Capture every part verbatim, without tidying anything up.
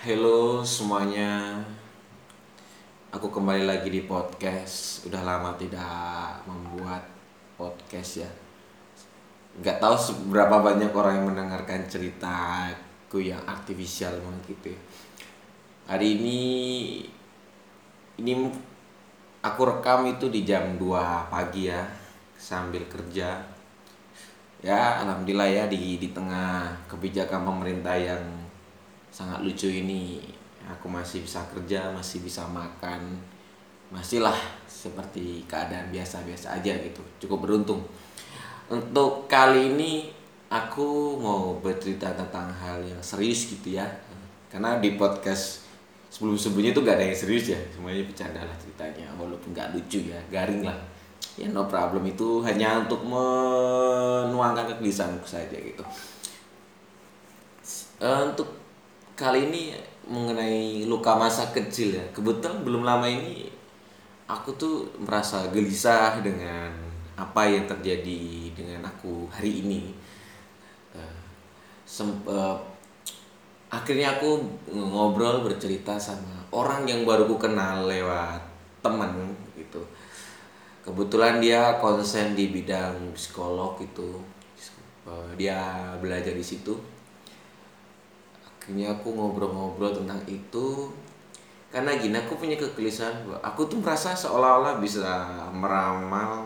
Halo semuanya, aku kembali lagi di podcast. Udah lama tidak membuat podcast ya. Nggak tahu seberapa banyak orang yang mendengarkan ceritaku yang artifisial banget gitu ya. Hari ini ini aku rekam itu di jam dua pagi ya, sambil kerja. Ya, alhamdulillah ya di di tengah kebijakan pemerintah yang sangat lucu ini aku masih bisa kerja, masih bisa makan, masih lah seperti keadaan biasa-biasa aja gitu. Cukup beruntung. Untuk kali ini aku mau bercerita tentang hal yang serius gitu ya. Karena di podcast sebelum-sebelumnya itu gak ada yang serius ya, semuanya bercanda lah ceritanya, walaupun gak lucu ya, garing lah. Ya no problem, itu hanya untuk menuangkan kegelisahanku saja gitu. Eh, untuk kali ini mengenai luka masa kecil ya. Kebetulan belum lama ini aku tuh merasa gelisah dengan apa yang terjadi dengan aku hari ini. Eh, sem- eh, Akhirnya aku ngobrol bercerita sama orang yang baru ku kenal lewat temen gitu. Kebetulan dia konsen di bidang psikolog gitu. Eh, dia belajar di situ. Akhirnya aku ngobrol-ngobrol tentang itu karena gini, aku punya kegelisahan bahwa aku tuh merasa seolah-olah bisa meramal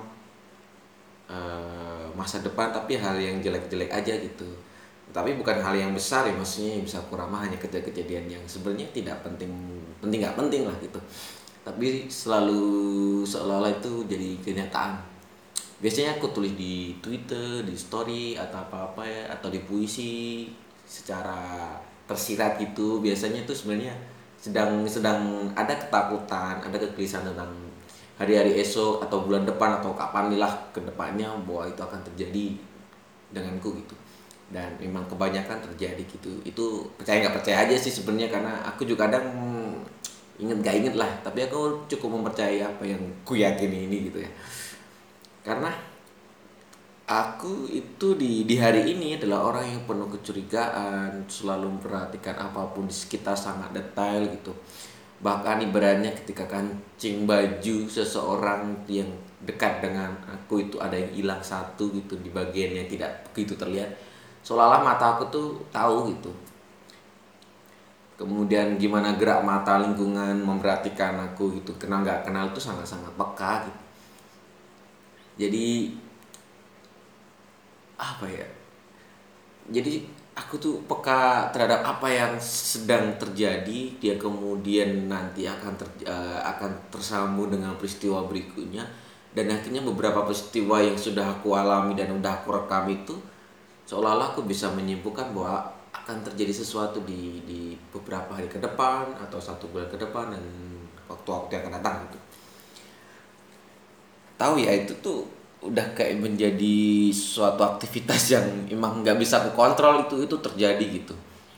eh, masa depan, tapi hal yang jelek-jelek aja gitu. Tapi bukan hal yang besar ya, maksudnya yang bisa aku ramah hanya kejadian yang sebenarnya tidak penting, penting nggak penting lah gitu. Tapi selalu seolah-olah itu jadi kenyataan. Biasanya aku tulis di Twitter, di story atau apa-apa ya, atau di puisi secara tersirat gitu. Biasanya itu sebenarnya sedang sedang ada ketakutan, ada kegelisahan tentang hari-hari esok atau bulan depan atau kapan lah ke depannya bahwa itu akan terjadi denganku gitu. Dan memang kebanyakan terjadi gitu. Itu percaya nggak percaya aja sih sebenarnya, karena aku juga kadang inget gak inget lah, tapi aku cukup mempercayai apa yang ku yakini ini gitu ya. Karena aku itu di di hari ini adalah orang yang penuh kecurigaan, selalu memperhatikan apapun di sekitar sangat detail gitu. Bahkan ibaratnya ketika kancing baju seseorang yang dekat dengan aku itu ada yang hilang satu gitu di bagian yang tidak begitu terlihat, seolah-olah mata aku tuh tahu gitu. Kemudian gimana gerak mata lingkungan memperhatikan aku gitu, kenal nggak kenal tuh sangat-sangat peka gitu. Jadi apa ya, jadi aku tuh peka terhadap apa yang sedang terjadi, dia kemudian nanti akan ter, uh, akan tersambung dengan peristiwa berikutnya, dan akhirnya beberapa peristiwa yang sudah aku alami dan udah aku rekam itu seolah-olah aku bisa menyimpulkan bahwa akan terjadi sesuatu di di beberapa hari ke depan atau satu bulan ke depan dan waktu-waktu yang akan datang gitu. Tahu ya, itu tuh udah kayak menjadi suatu aktivitas yang emang nggak bisa aku kontrol, itu itu terjadi gitu.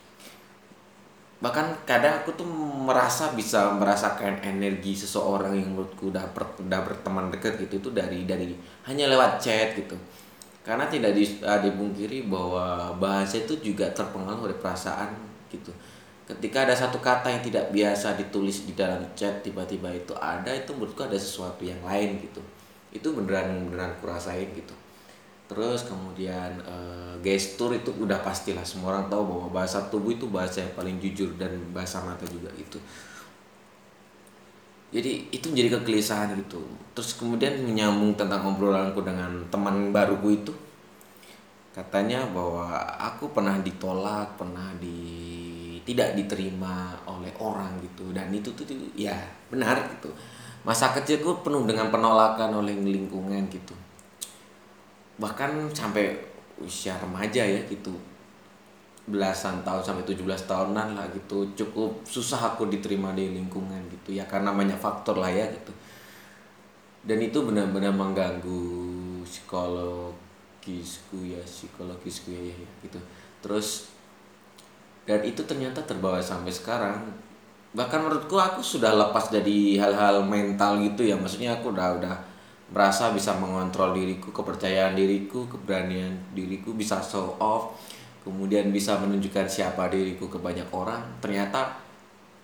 Bahkan kadang aku tuh merasa bisa merasakan energi seseorang yang menurutku udah ber, udah berteman dekat gitu itu dari dari hanya lewat chat gitu. Karena tidak di, uh, dipungkiri bahwa bahasa itu juga terpengaruh oleh perasaan gitu. Ketika ada satu kata yang tidak biasa ditulis di dalam chat, tiba-tiba itu ada, itu menurutku ada sesuatu yang lain gitu. Itu beneran beneran kurasain gitu. Terus kemudian eh, gestur itu udah pastilah semua orang tahu bahwa bahasa tubuh itu bahasa yang paling jujur, dan bahasa mata juga itu. Jadi itu menjadi kegelisahan gitu. Terus kemudian menyambung tentang obrolanku dengan teman baruku itu. Katanya bahwa aku pernah ditolak, pernah di tidak diterima oleh orang gitu, dan itu tuh tuh, ya benar gitu. Masa kecilku penuh dengan penolakan oleh lingkungan gitu. Bahkan sampai usia remaja ya gitu, belasan tahun sampai tujuh belas tahunan lah gitu, cukup susah aku diterima di lingkungan gitu ya, karena banyak faktor lah ya gitu. Dan itu benar-benar mengganggu psikologisku ya, psikologisku ya, ya, ya gitu. Terus dan itu ternyata terbawa sampai sekarang. Bahkan menurutku aku sudah lepas dari hal-hal mental gitu ya, maksudnya aku udah udah merasa bisa mengontrol diriku, kepercayaan diriku, keberanian diriku, bisa show off, kemudian bisa menunjukkan siapa diriku ke banyak orang. Ternyata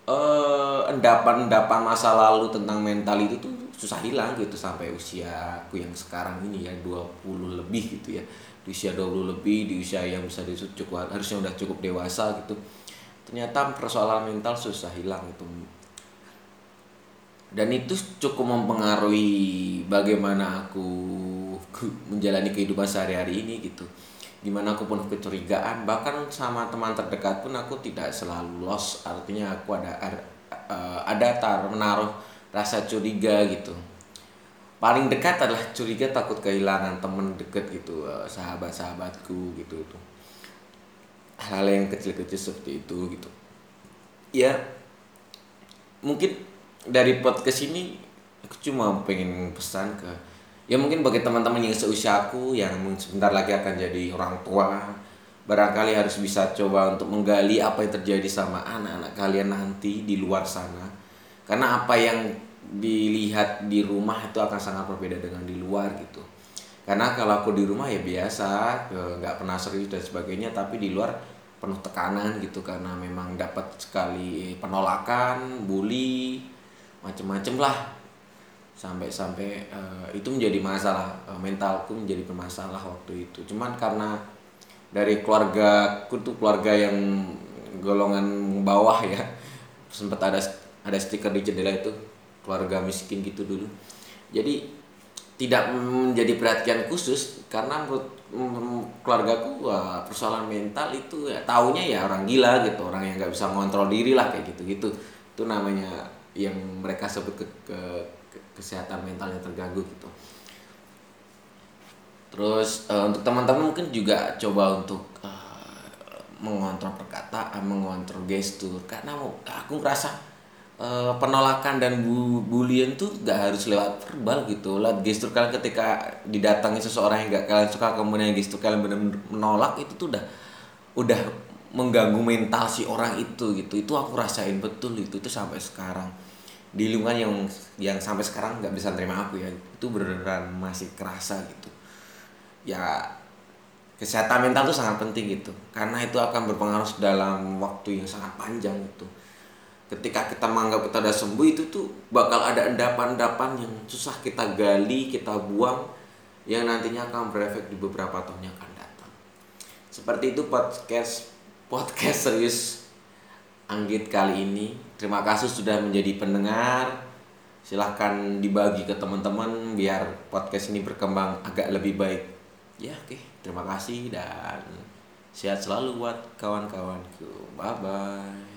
eh, endapan-endapan masa lalu tentang mental itu tuh susah hilang gitu sampai usia aku yang sekarang ini ya dua puluh lebih gitu ya. Di usia dua puluh lebih, di usia yang bisa disebut cukup harusnya udah cukup dewasa gitu. Ternyata persoalan mental susah hilang itu. Dan itu cukup mempengaruhi bagaimana aku menjalani kehidupan sehari-hari ini gitu. Dimana aku penuh kecurigaan, bahkan sama teman terdekat pun aku tidak selalu lost, artinya aku ada uh, ada tar menaruh rasa curiga gitu. Paling dekat adalah curiga takut kehilangan teman dekat gitu, uh, sahabat-sahabatku gitu itu. Hal yang kecil-kecil seperti itu gitu. Ya, mungkin dari podcast ini aku cuma pengen pesan ke, ya mungkin bagi teman-teman yang seusia aku yang sebentar lagi akan jadi orang tua, barangkali harus bisa coba untuk menggali apa yang terjadi sama anak-anak kalian nanti di luar sana. Karena apa yang dilihat di rumah itu akan sangat berbeda dengan di luar gitu. Karena kalau aku di rumah ya biasa, nggak pernah serius dan sebagainya, tapi di luar penuh tekanan gitu karena memang dapat sekali penolakan, bully, macem-macem lah, sampai-sampai uh, itu menjadi masalah, uh, mentalku menjadi bermasalah waktu itu. Cuman karena dari keluarga aku tuh keluarga yang golongan bawah ya, sempat ada ada stiker di jendela itu keluarga miskin gitu dulu, jadi tidak menjadi perhatian khusus karena menurut mm, keluargaku wah, persoalan mental itu ya taunya ya orang gila gitu, orang yang nggak bisa mengontrol diri lah kayak gitu-gitu. Itu namanya yang mereka sebut ke, ke, ke kesehatan mentalnya terganggu gitu. Terus uh, untuk teman-teman mungkin juga coba untuk uh, mengontrol perkataan, mengontrol gestur, karena aku ngerasa uh, penolakan dan bu bulian tuh gak harus lewat verbal gitu. Lewat gestur kalian ketika didatangi seseorang yang gak kalian suka, kemudian gestur kalian benar-benar menolak, itu tuh udah udah mengganggu mental si orang itu gitu. Itu aku rasain betul itu tuh sampai sekarang di lingkungan yang yang sampai sekarang nggak bisa terima aku ya, itu beneran masih kerasa gitu ya. Kesehatan mental itu sangat penting gitu karena itu akan berpengaruh dalam waktu yang sangat panjang gitu. Ketika kita menganggap kita udah sembuh, itu tuh bakal ada endapan-endapan yang susah kita gali, kita buang, yang nantinya akan berefek di beberapa tahun yang akan datang. Seperti itu podcast podcast serius Anggit kali ini. Terima kasih sudah menjadi pendengar. Silahkan dibagi ke teman-teman biar podcast ini berkembang agak lebih baik. Ya oke, okay. Terima kasih dan sehat selalu buat kawan-kawanku. Bye bye.